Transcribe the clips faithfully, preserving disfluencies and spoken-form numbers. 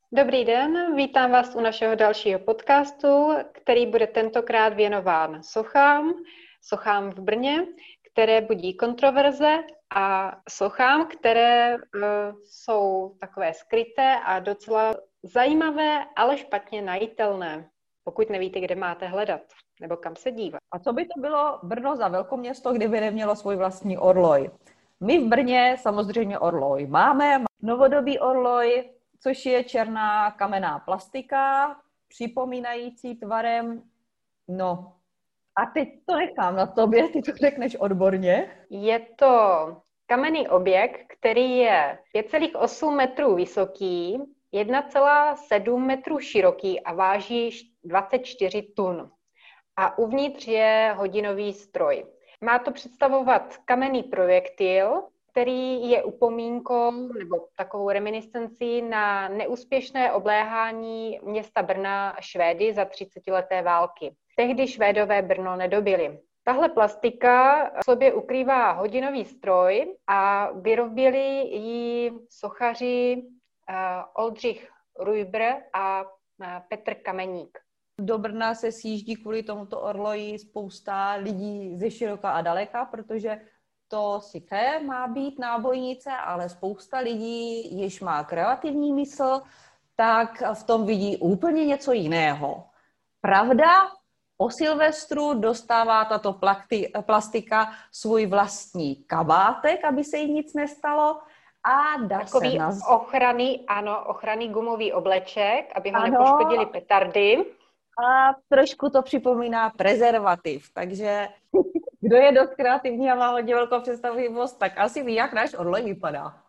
Dobrý den, vítám vás u našeho dalšího podcastu, který bude tentokrát věnován sochám, sochám v Brně, které budí kontroverze a sochám, které uh, jsou takové skryté a docela zajímavé, ale špatně najitelné, pokud nevíte, kde máte hledat nebo kam se dívat. A co by to bylo Brno za velkoměsto, kdyby nemělo svůj vlastní orloj? My v Brně samozřejmě orloj máme, novodobý orloj, což je černá kamenná plastika, připomínající tvarem, no, a teď to nechám na tobě, ty to řekneš odborně. Je to kamenný objekt, který je pět celá osm metrů vysoký, jedna celá sedm metrů široký a váží dvacet čtyři tun. A uvnitř je hodinový stroj. Má to představovat kamenný projektil, který je upomínkou nebo takovou reminiscencí na neúspěšné obléhání města Brna Švédy za třicetileté války. Tehdy Švédové Brno nedobili. Tahle plastika v sobě ukrývá hodinový stroj a vyrobili ji sochaři Oldřich Rujbr a Petr Kameník. Do Brna se sjíždí kvůli tomuto orloji spousta lidí ze široka a daleka, protože to sice má být nábojnice, ale spousta lidí, již má kreativní mysl, tak v tom vidí úplně něco jiného. Pravda, o Silvestru dostává tato plastika svůj vlastní kabátek, aby se jí nic nestalo. A dá Takový se naz... ochranný, ano, ochranný gumový obleček, aby ho ano, nepoškodili petardy. A trošku to připomíná prezervativ, takže kdo je dost kreativní a má hodně velkou představivost, tak asi ví, jak náš orloj vypadá.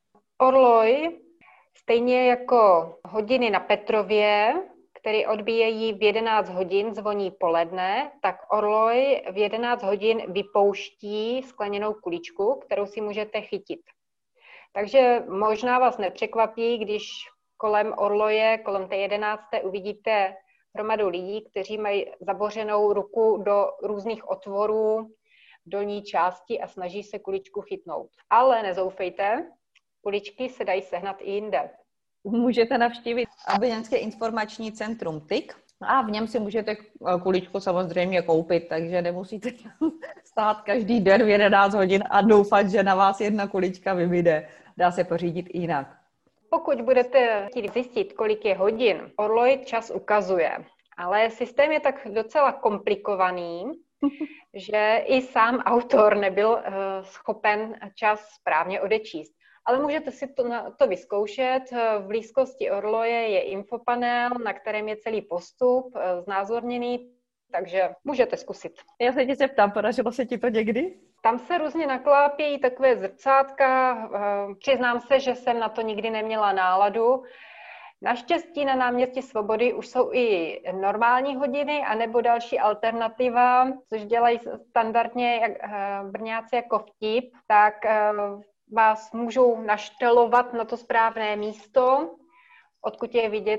Orloj, stejně jako hodiny na Petrově, který odbíjejí v jedenáct hodin, zvoní poledne, tak orloj v jedenáct hodin vypouští skleněnou kuličku, kterou si můžete chytit. Takže možná vás nepřekvapí, když kolem orloje, kolem té jedenácté uvidíte hromadu lidí, kteří mají zabořenou ruku do různých otvorů v dolní části a snaží se kuličku chytnout. Ale nezoufejte, kuličky se dají sehnat i jinde. Můžete navštívit Brněnské informační centrum T I K a v něm si můžete kuličku samozřejmě koupit, takže nemusíte stát každý den v jedenáct hodin a doufat, že na vás jedna kulička vybyde. Dá se pořídit i jinak. Pokud budete chtít zjistit, kolik je hodin, orloj čas ukazuje, ale systém je tak docela komplikovaný, že i sám autor nebyl uh, schopen čas správně odečíst. Ale můžete si to, to vyzkoušet. V blízkosti orloje je infopanel, na kterém je celý postup uh, znázorněný, takže můžete zkusit. Já se tě se ptám, podařilo se ti to někdy? Tam se různě naklápějí takové zrcátka. Přiznám se, že jsem na to nikdy neměla náladu. Naštěstí na náměstí Svobody už jsou i normální hodiny, anebo další alternativa, což dělají standardně jak Brňáci jako vtip, tak vás můžou naštelovat na to správné místo, odkud je vidět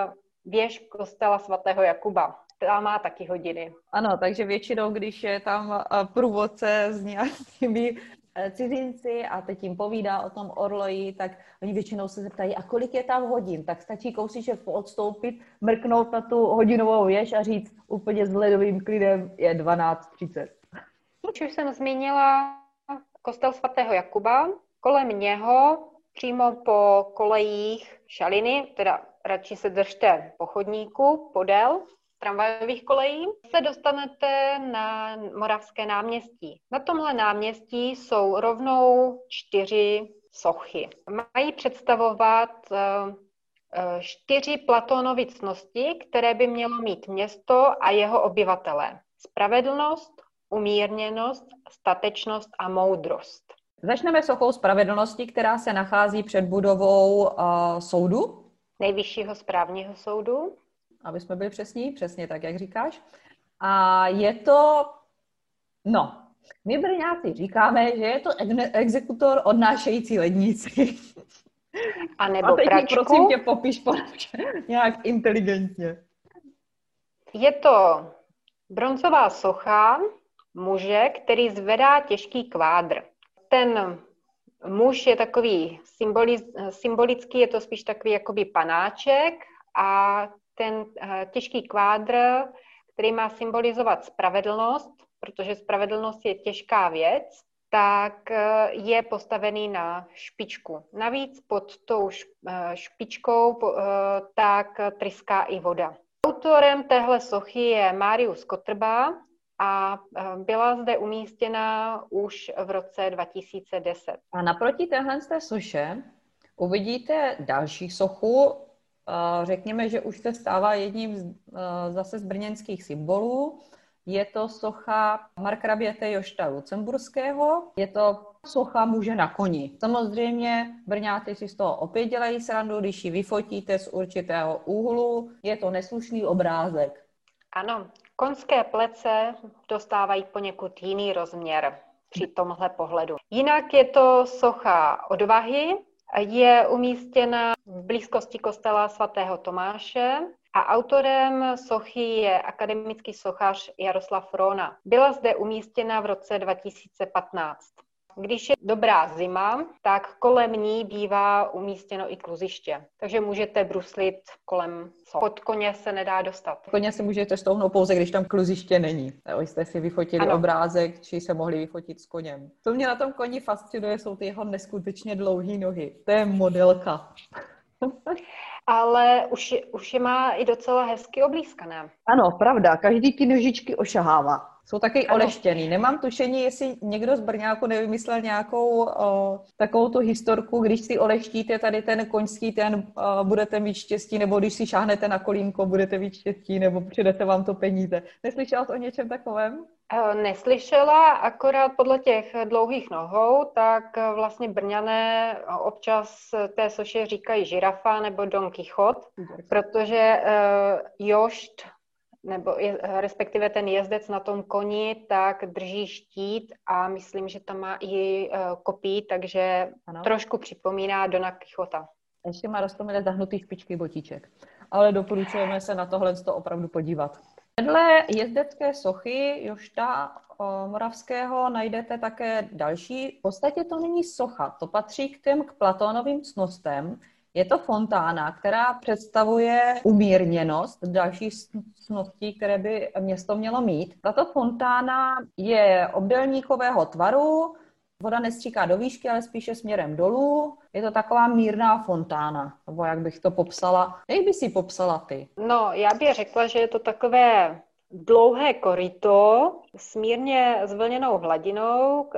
věž kostela svatého Jakuba. Ta má taky hodiny. Ano, takže většinou, když je tam průvodce s nějakými cizinci a teď jim povídá o tom orloji, tak oni většinou se zeptají, a kolik je tam hodin? Tak stačí kousíček odstoupit, mrknout na tu hodinovou věž a říct úplně s ledovým klidem je dvanáct třicet. Už jsem zmínila kostel svatého Jakuba. Kolem něho přímo po kolejích šaliny, teda radši se držte po chodníku, podél tramvajových kolejí, se dostanete na Moravské náměstí. Na tomhle náměstí jsou rovnou čtyři sochy. Mají představovat čtyři Platónovy ctnosti, které by mělo mít město a jeho obyvatelé. Spravedlnost, umírněnost, statečnost a moudrost. Začneme sochou spravedlnosti, která se nachází před budovou uh, soudu. Nejvyššího správního soudu. Aby jsme byli přesní, přesně tak, jak říkáš. A je to, no, my Brňáci říkáme, že je to exekutor odnášející lednici. A nebo A teď pračku. Mi, prosím tě, popiš nějak inteligentně. Je to bronzová socha muže, který zvedá těžký kvádr. Ten Muž je takový symboliz, symbolický, je to spíš takový jakoby panáček a ten těžký kvádr, který má symbolizovat spravedlnost, protože spravedlnost je těžká věc, tak je postavený na špičku. Navíc pod tou špičkou tak tryská i voda. Autorem téhle sochy je Marius Kotrba a byla zde umístěna už v roce dva tisíce deset. A naproti téhle té soše uvidíte další sochu. Řekněme, že už se stává jedním z, zase z brněnských symbolů. Je to socha markraběte Jošta Lucemburského. Je to socha muže na koni. Samozřejmě Brňáci si z toho opět dělají srandu, když ji vyfotíte z určitého úhlu. Je to neslušný obrázek. Ano, koňské plece dostávají poněkud jiný rozměr při tomhle pohledu. Jinak je to socha odvahy, je umístěna v blízkosti kostela svatého Tomáše a autorem sochy je akademický sochař Jaroslav Róna. Byla zde umístěna v roce dva tisíce patnáct. Když je dobrá zima, tak kolem ní bývá umístěno i kluziště. Takže můžete bruslit kolem sochy. Pod koně se nedá dostat. Koně si můžete stoupnout pouze, když tam kluziště není. Vy jste si vyfotili ano. obrázek, či se mohli vyfotit s koněm. Co mě na tom koni fascinuje, jsou ty jeho neskutečně dlouhé nohy. To je modelka. Ale už je, už je má i docela hezky oblízkané. Ano, pravda. Každý ty nožičky ošahává. Jsou taky oleštěný. Nemám tušení, jestli někdo z Brňáku nevymyslel nějakou uh, takovou tu historku, když si oleštíte tady ten koňský ten, uh, budete mít štěstí, nebo když si šáhnete na kolínko, budete mít štěstí, nebo přidete vám to peníze. Neslyšela jsi o něčem takovém? Neslyšela, akorát podle těch dlouhých nohou, tak vlastně Brňané občas té soše říkají žirafa nebo Don Kichot, protože uh, Jošt, nebo je, respektive ten jezdec na tom koni, tak drží štít a myslím, že tam má i uh, kopí, takže ano. Trošku připomíná Dona Kichota. Ještě má roztomilé zahnutý špičky botíček, ale doporučujeme se na tohle to opravdu podívat. Vedle jezdecké sochy Jošta Moravského najdete také další. V podstatě to není socha, to patří k těm k Platónovým ctnostem. Je to fontána, která představuje umírněnost dalších cností, které by město mělo mít. Tato fontána je obdélníkového tvaru, voda nestříká do výšky, ale spíše směrem dolů. Je to taková mírná fontána, nebo jak bych to popsala. Jak by si popsala ty? No, já bych řekla, že je to takové dlouhé koryto s mírně zvlněnou hladinou,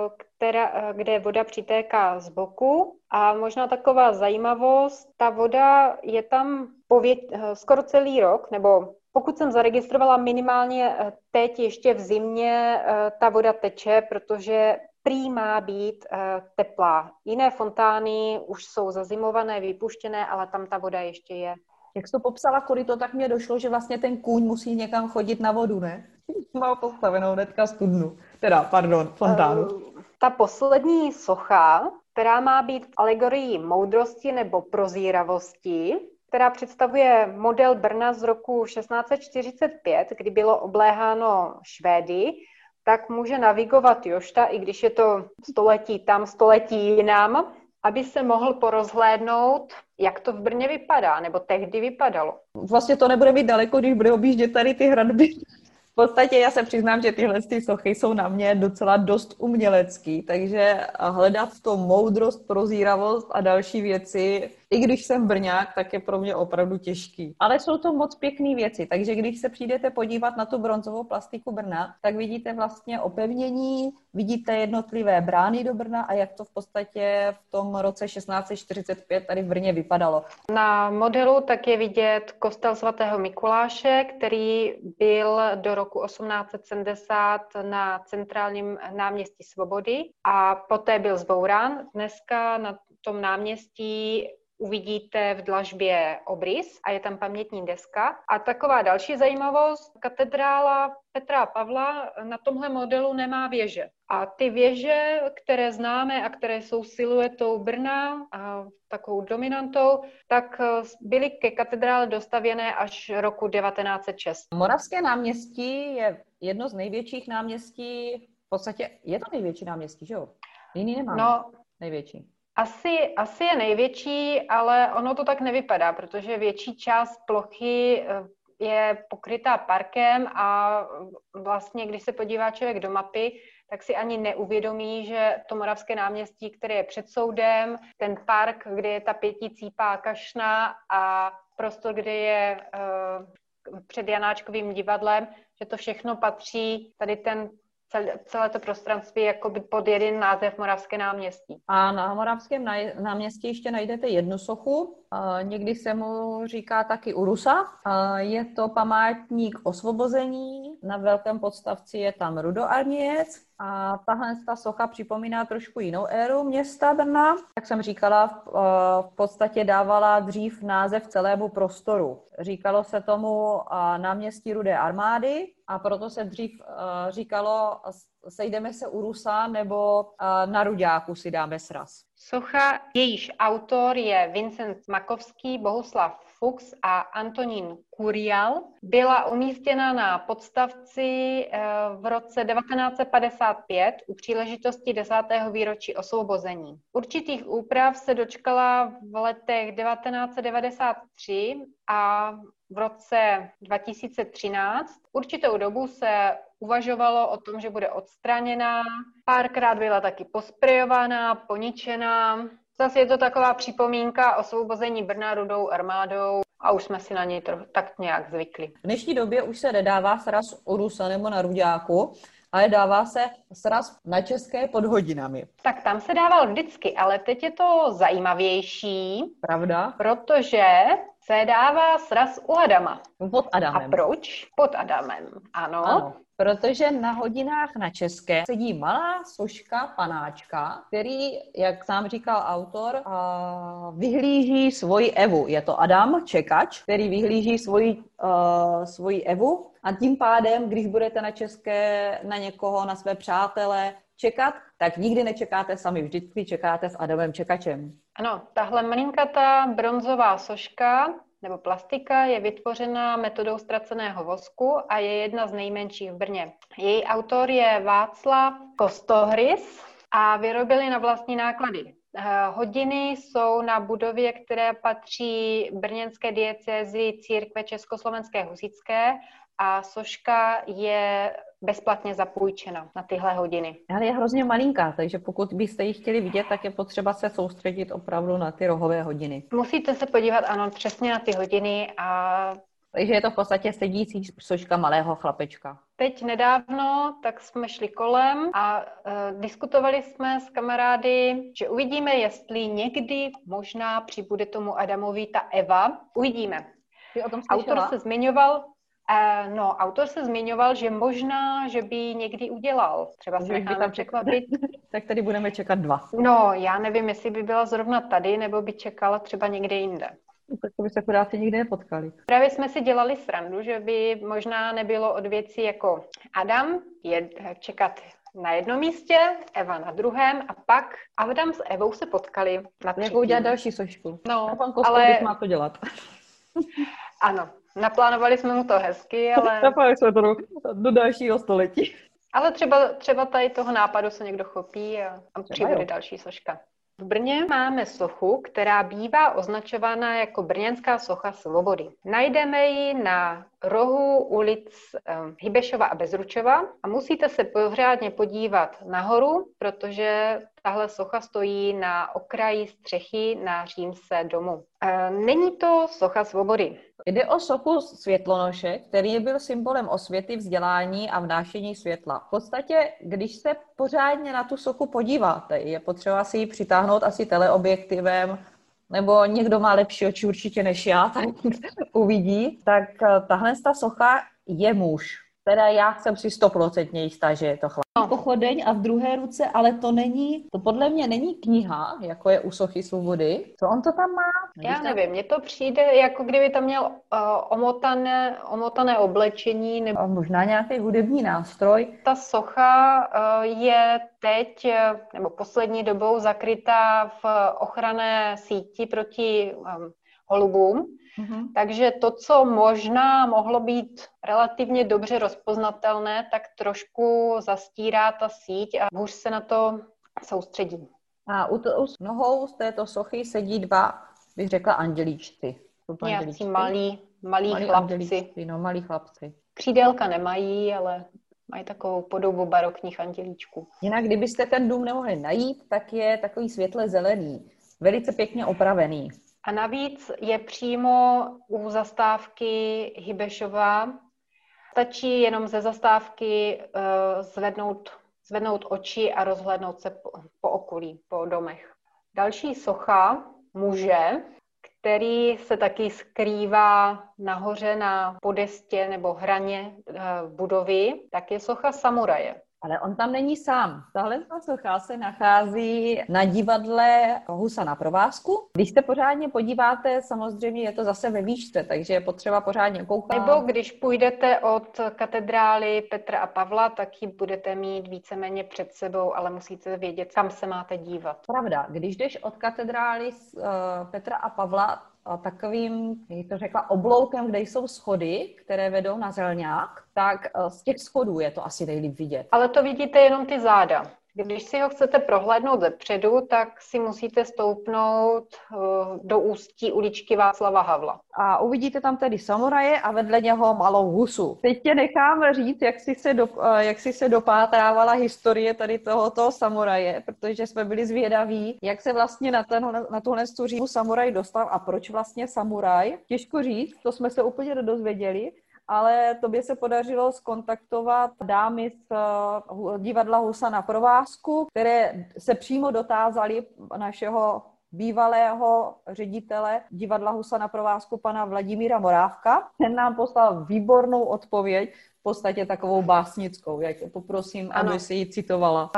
která, kde voda přitéká z boku. A možná taková zajímavost, ta voda je tam povět, skoro celý rok, nebo pokud jsem zaregistrovala minimálně teď ještě v zimě, ta voda teče, protože prý má být uh, teplá. Jiné fontány už jsou zazimované, vypuštěné, ale tam ta voda ještě je. Jak jsi to popsala koryto, tak mě došlo, že vlastně ten kůň musí někam chodit na vodu, ne? Má postavenou hnedka studnu. Teda, pardon, fontánu. Uh, ta poslední socha, která má být alegorií moudrosti nebo prozíravosti, která představuje model Brna z roku šestnáct set čtyřicet pět, kdy bylo obléháno Švédy, tak může navigovat Jošta, i když je to století tam, století jinam, aby se mohl porozhlédnout, jak to v Brně vypadá, nebo tehdy vypadalo. Vlastně to nebude mít daleko, když bude objíždět tady ty hradby. V podstatě já se přiznám, že tyhle ty sochy jsou na mě docela dost umělecký, takže hledat v tom moudrost, prozíravost a další věci, i když jsem Brňák, tak je pro mě opravdu těžký. Ale jsou to moc pěkné věci, takže když se přijdete podívat na tu bronzovou plastiku Brna, tak vidíte vlastně opevnění, vidíte jednotlivé brány do Brna a jak to v podstatě v tom roce šestnáct set čtyřicet pět tady v Brně vypadalo. Na modelu tak je vidět kostel svatého Mikuláše, který byl do roku osmnáct set sedmdesát na centrálním náměstí Svobody a poté byl zbourán. Dneska na tom náměstí uvidíte v dlažbě obrys a je tam pamětní deska. A taková další zajímavost, katedrála Petra a Pavla na tomhle modelu nemá věže. A ty věže, které známe a které jsou siluetou Brna a takovou dominantou, tak byly ke katedrále dostavěné až roku devatenáct set šest. Moravské náměstí je jedno z největších náměstí, v podstatě je to největší náměstí, že jo? Jiný nemá. No, největší. Asi, asi je největší, ale ono to tak nevypadá, protože větší část plochy je pokrytá parkem a vlastně, když se podívá člověk do mapy, tak si ani neuvědomí, že to Moravské náměstí, které je před soudem, ten park, kde je ta pěticípá kašna a prostor, kde je uh, před Janáčkovým divadlem, že to všechno patří, tady ten celé to prostranství jakoby pod jeden název Moravské náměstí. A na Moravském náměstí ještě najdete jednu sochu, někdy se mu říká taky Urusa. Je to památník osvobození, na velkém podstavci je tam rudoarmějec a tahle ta socha připomíná trošku jinou éru města Brna. Jak jsem říkala, v podstatě dávala dřív název celému prostoru. Říkalo se tomu náměstí Rudé armády a proto se dřív říkalo sejdeme se u Rusa nebo na Ruďáku si dáme sraz. Socha, jejíž autor je Vincent Makovský, Bohuslav Fuchs a Antonín Kurial, byla umístěna na podstavci v roce devatenáct set padesát pět u příležitosti desátého výročí osvobození. Určitých úprav se dočkala v letech devatenáct set devadesát tři a v roce dva tisíce třináct. Určitou dobu se uvažovalo o tom, že bude odstraněná. Párkrát byla taky posprejovaná, poničená. Zase je to taková připomínka osvobození Brna Rudou armádou a už jsme si na něj trochu tak nějak zvykli. V dnešní době už se nedává sraz u Rusa nebo na Ruďáku, ale dává se sraz na České pod hodinami. Tak tam se dával vždycky, ale teď je to zajímavější. Pravda? Protože se dává sraz u Adama. Pod Adamem. A proč? Pod Adamem, ano. Ano. Protože na hodinách na České sedí malá soška panáčka, který, jak sám říkal autor, vyhlíží svoji Evu. Je to Adam, čekač, který vyhlíží svoji, uh, svoji Evu a tím pádem, když budete na České na někoho, na své přátele čekat, tak nikdy nečekáte sami, vždycky čekáte s Adamem čekačem. Ano, tahle malinkatá bronzová soška nebo plastika je vytvořena metodou ztraceného vosku a je jedna z nejmenších v Brně. Její autor je Václav Kostohrys a vyrobili na vlastní náklady. Hodiny jsou na budově, které patří brněnské diecézi církve Československé husitské a soška je bezplatně zapůjčena na tyhle hodiny. Ale je hrozně malinká, takže pokud byste ji chtěli vidět, tak je potřeba se soustředit opravdu na ty rohové hodiny. Musíte se podívat, ano, přesně na ty hodiny a... Takže je to v podstatě sedící soška malého chlapečka. Teď nedávno, tak jsme šli kolem a uh, diskutovali jsme s kamarády, že uvidíme, jestli někdy možná přibude tomu Adamovi ta Eva. Uvidíme. Ty o tom Autor se zmiňoval, Uh, no, autor se zmiňoval, že možná, že by někdy udělal. Třeba se necháme překvapit. Tak tady budeme čekat dva. No, já nevím, jestli by byla zrovna tady, nebo by čekala třeba někde jinde. Tak to by se chudáci nikdy nepotkali. Právě jsme si dělali srandu, že by možná nebylo od věcí jako Adam je čekat na jednom místě, Eva na druhém a pak Adam s Evou se potkali na třetím. Jako udělat další sošku. No, a pan Kostolík má to dělat. Ano. Naplánovali jsme mu to hezky, ale... Naplánovali jsme to do, do dalšího století. Ale třeba, třeba tady toho nápadu se někdo chopí a, a přibude další soška. V Brně máme sochu, která bývá označována jako brněnská socha svobody. Najdeme ji na rohu ulic um, Hybešova a Bezručova a musíte se pořádně podívat nahoru, protože tahle socha stojí na okraji střechy na Římse domu. E, není to socha svobody. Jde o sochu Světlonoše, který byl symbolem osvěty, vzdělání a vnášení světla. V podstatě, když se pořádně na tu sochu podíváte, je potřeba si ji přitáhnout asi teleobjektivem, nebo někdo má lepší oči určitě než já, tak uvidí, tak tahle ta socha je muž. Teda já jsem si stoprocentně jistá, že je to chlap. Pochodeň a v druhé ruce, ale to není, to podle mě není kniha, jako je u sochy svobody. Co on to tam má? Já nevím, mně to přijde, jako kdyby tam měl uh, omotané, omotané oblečení. Nebo... A možná nějaký hudební nástroj. Ta socha uh, je teď, nebo poslední dobou zakrytá v ochranné síti proti um, holubům. Mm-hmm. Takže to, co možná mohlo být relativně dobře rozpoznatelné, tak trošku zastírá ta síť a hůř se na to soustředí. A u, to, u nohou z této sochy sedí dva, bych řekla, andělíčci. Nějací malí, malí, malí chlapci. Andělíčci, no, malí chlapci. Křídélka nemají, ale mají takovou podobu barokních andělíčků. Jinak, kdybyste ten dům nemohli najít, tak je takový světle zelený, velice pěkně opravený. A navíc je přímo u zastávky Hybešova. Stačí jenom ze zastávky uh, zvednout, zvednout oči a rozhlédnout se po, po okolí, po domech. Další socha muže, který se taky skrývá nahoře na podestě nebo hraně uh, budovy, tak je socha samuraje. Ale on tam není sám. Tahle socha se nachází na divadle Husa na provázku. Když se pořádně podíváte, samozřejmě je to zase ve výšce, takže je potřeba pořádně koukat. Nebo když půjdete od katedrály Petra a Pavla, tak ji budete mít víceméně před sebou, ale musíte vědět, kam se máte dívat. Pravda, když jdeš od katedrály uh, Petra a Pavla a takovým, jak to řekla, obloukem, kde jsou schody, které vedou na Zelňák, tak z těch schodů je to asi nejlíp vidět. Ale to vidíte jenom ty záda. Když si ho chcete prohlédnout zepředu, tak si musíte stoupnout do ústí uličky Václava Havla. A uvidíte tam tedy samuraje a vedle něho malou husu. Teď tě nechám říct, jak jsi se, do, jak jsi se dopátrávala historie tady tohoto samuraje, protože jsme byli zvědaví, jak se vlastně na, ten, na tuhle římu samuraj dostal a proč vlastně samuraj. Těžko říct, to jsme se úplně nedozvěděli. Ale tobě se podařilo skontaktovat dámy z divadla Husa na provázku, které se přímo dotázaly našeho bývalého ředitele divadla Husa na provázku, pana Vladimíra Morávka. Ten nám poslal výbornou odpověď, v podstatě takovou básnickou. Já tě poprosím, ano, aby si ji citovala.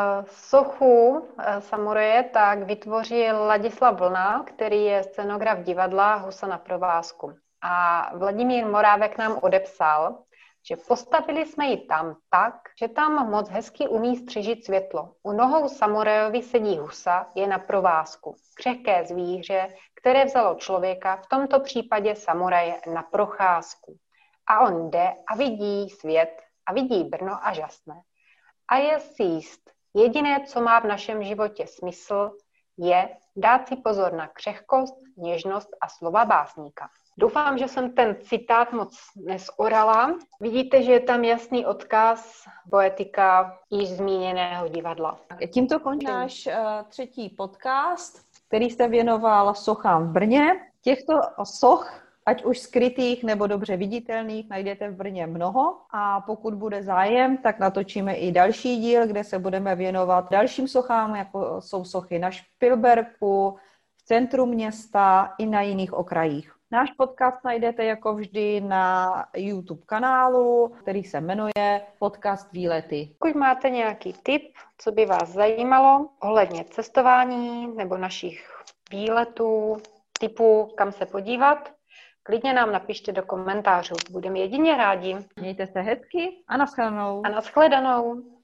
Sochu samuraje tak vytvořil Ladislav Vlna, který je scenograf divadla Husa na provázku. A Vladimír Morávek nám odepsal, že postavili jsme ji tam tak, že tam moc hezky umí střežit světlo. U nohou samurajovi sedí husa, je na provázku. Křehké zvíře, které vzalo člověka, v tomto případě samuraje, na procházku. A on jde a vidí svět a vidí Brno a žasne. A je si jist, jediné, co má v našem životě smysl, je dát si pozor na křehkost, něžnost a slova básníka. Doufám, že jsem ten citát moc nesorala. Vidíte, že je tam jasný odkaz poetika již zmíněného divadla. Tímto končí náš uh, třetí podcast, který se věnoval sochám v Brně. Těchto soch, ať už skrytých nebo dobře viditelných, najdete v Brně mnoho. A pokud bude zájem, tak natočíme i další díl, kde se budeme věnovat dalším sochám, jako jsou sochy na Špilberku, v centru města i na jiných okrajích. Náš podcast najdete jako vždy na YouTube kanálu, který se jmenuje Podcast Výlety. Pokud máte nějaký tip, co by vás zajímalo ohledně cestování nebo našich výletů, typů, kam se podívat, klidně nám napište do komentářů. Budeme jedině rádi. Mějte se hezky a nashledanou. A nashledanou.